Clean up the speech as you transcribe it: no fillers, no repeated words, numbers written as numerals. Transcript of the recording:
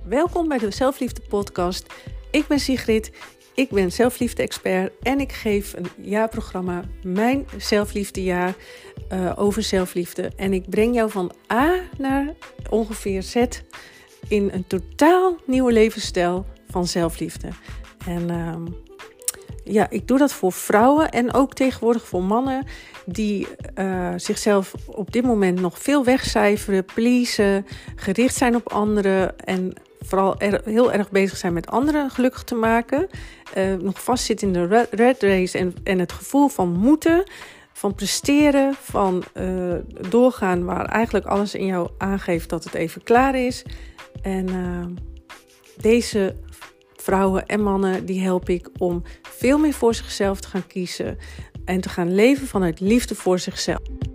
Welkom bij de Zelfliefde podcast. Ik ben Sigrid, ik ben zelfliefde-expert en ik geef een jaarprogramma, mijn zelfliefdejaar, over zelfliefde. En ik breng jou van A naar ongeveer Z in een totaal nieuwe levensstijl van zelfliefde. En ik doe dat voor vrouwen en ook tegenwoordig voor mannen die zichzelf op dit moment nog veel wegcijferen, pleasen, gericht zijn op anderen en vooral heel erg bezig zijn met anderen gelukkig te maken. Nog vastzit in de rat race en het gevoel van moeten, van presteren, van doorgaan waar eigenlijk alles in jou aangeeft dat het even klaar is. En deze vrouwen en mannen, die help ik om veel meer voor zichzelf te gaan kiezen en te gaan leven vanuit liefde voor zichzelf.